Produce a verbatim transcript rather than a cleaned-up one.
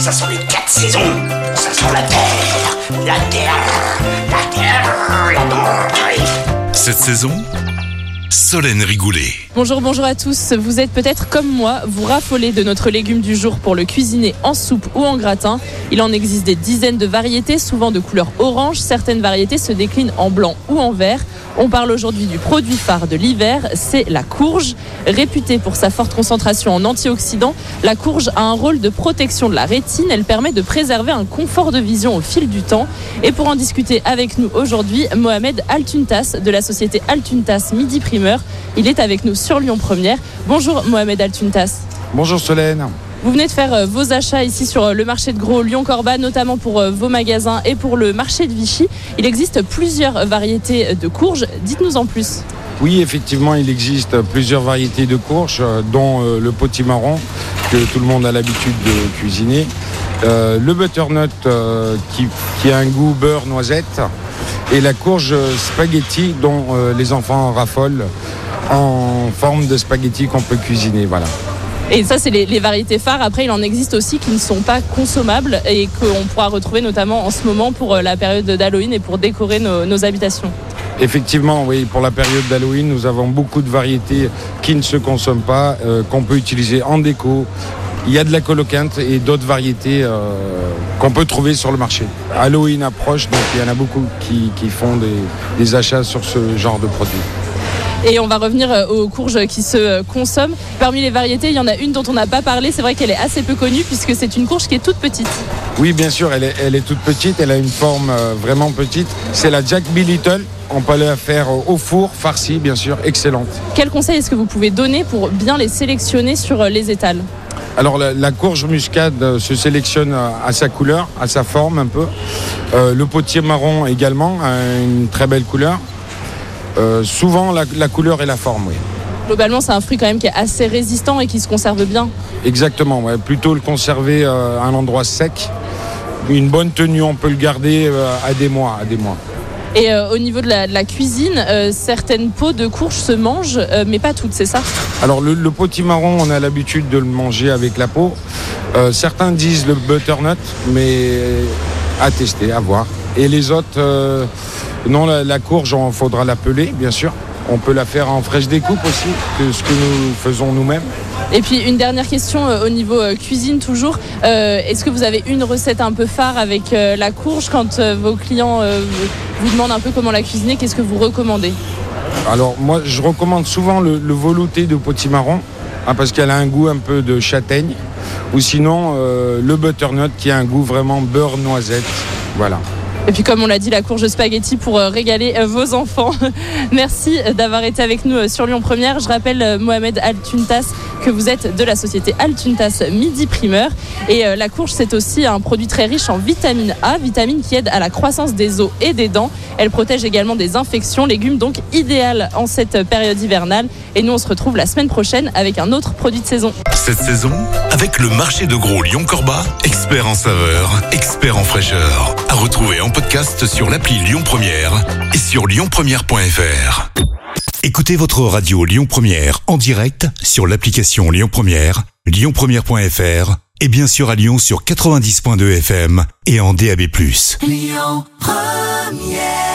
Ça sont les quatre saisons. Ça sent la terre, la terre, la terre, la terre. Cette saison, Solène Rigoulet. Bonjour, bonjour à tous. Vous êtes peut-être comme moi, vous raffolez de notre légume du jour pour le cuisiner en soupe ou en gratin. Il en existe des dizaines de variétés, souvent de couleur orange. Certaines variétés se déclinent en blanc ou en vert. On parle aujourd'hui du produit phare de l'hiver, c'est la courge. Réputée pour sa forte concentration en antioxydants, la courge a un rôle de protection de la rétine. Elle permet de préserver un confort de vision au fil du temps. Et pour en discuter avec nous aujourd'hui, Mohamed Altuntas de la société Altuntas Midi Primeur. Il est avec nous sur Lyon Première. Bonjour Mohamed Altuntas. Bonjour Solène. Vous venez de faire vos achats ici sur le marché de gros Lyon-Corba, notamment pour vos magasins et pour le marché de Vichy. Il existe plusieurs variétés de courges. Dites-nous en plus. Oui, effectivement, il existe plusieurs variétés de courges, dont le potimarron, que tout le monde a l'habitude de cuisiner. Euh, le butternut, euh, qui, qui a un goût beurre noisette. Et la courge spaghetti, dont euh, les enfants raffolent, en forme de spaghetti qu'on peut cuisiner. Voilà. Et ça, c'est les, les variétés phares. Après, il en existe aussi qui ne sont pas consommables et qu'on pourra retrouver notamment en ce moment pour la période d'Halloween et pour décorer nos, nos habitations. Effectivement, oui, pour la période d'Halloween, nous avons beaucoup de variétés qui ne se consomment pas, euh, qu'on peut utiliser en déco. Il y a de la colocante et d'autres variétés euh, qu'on peut trouver sur le marché. Halloween approche, donc il y en a beaucoup qui, qui font des, des achats sur ce genre de produits. Et on va revenir aux courges qui se consomment. Parmi les variétés, il y en a une dont on n'a pas parlé. C'est vrai qu'elle est assez peu connue puisque c'est une courge qui est toute petite. Oui, bien sûr, elle est, elle est toute petite. Elle a une forme vraiment petite. C'est la Jack B. Little. On peut la faire au four, farcie, bien sûr, excellente. Quel conseil est-ce que vous pouvez donner pour bien les sélectionner sur les étals ? Alors la, la courge muscade se sélectionne à sa couleur, à sa forme un peu. Euh, le potimarron également a une très belle couleur. Euh, souvent la, la couleur et la forme, oui. Globalement, c'est un fruit quand même qui est assez résistant et qui se conserve bien. Exactement, ouais. Plutôt le conserver euh, à un endroit sec. Une bonne tenue, on peut le garder euh, à des mois, à des mois. Et euh, au niveau de la, de la cuisine, euh, certaines peaux de courge se mangent, euh, mais pas toutes, c'est ça ? Alors le, le potimarron, on a l'habitude de le manger avec la peau. Euh, certains disent le butternut, mais à tester, à voir. Et les autres, euh, non, la, la courge, il faudra la peler, bien sûr. On peut la faire en fraîche découpe aussi, que ce que nous faisons nous-mêmes. Et puis une dernière question euh, au niveau euh, cuisine toujours. Euh, est-ce que vous avez une recette un peu phare avec euh, la courge quand euh, vos clients euh, vous demandent un peu comment la cuisiner? Qu'est-ce que vous recommandez? Alors moi, je recommande souvent le, le velouté de potimarron, hein, parce qu'elle a un goût un peu de châtaigne. Ou sinon, euh, le butternut qui a un goût vraiment beurre noisette. Voilà. Et puis comme on l'a dit, la courge spaghetti pour régaler vos enfants. Merci d'avoir été avec nous sur Lyon Première. Je rappelle, Mohamed Altuntas, que vous êtes de la société Altuntas Midi Primeur. Et la courge, c'est aussi un produit très riche en vitamine A, vitamine qui aide à la croissance des os et des dents. Elle protège également des infections, légumes donc idéal en cette période hivernale. Et nous, on se retrouve la semaine prochaine avec un autre produit de saison. Cette saison, avec le marché de gros Lyon-Corba, expert en saveur, expert en fraîcheur. À retrouver en podcast sur l'appli Lyon Première et sur lyon première point f r. Écoutez votre radio Lyon Première en direct sur l'application Lyon Première, lyon première point f r et bien sûr à Lyon sur quatre-vingt-dix point deux F M et en D A B plus. Lyon Première.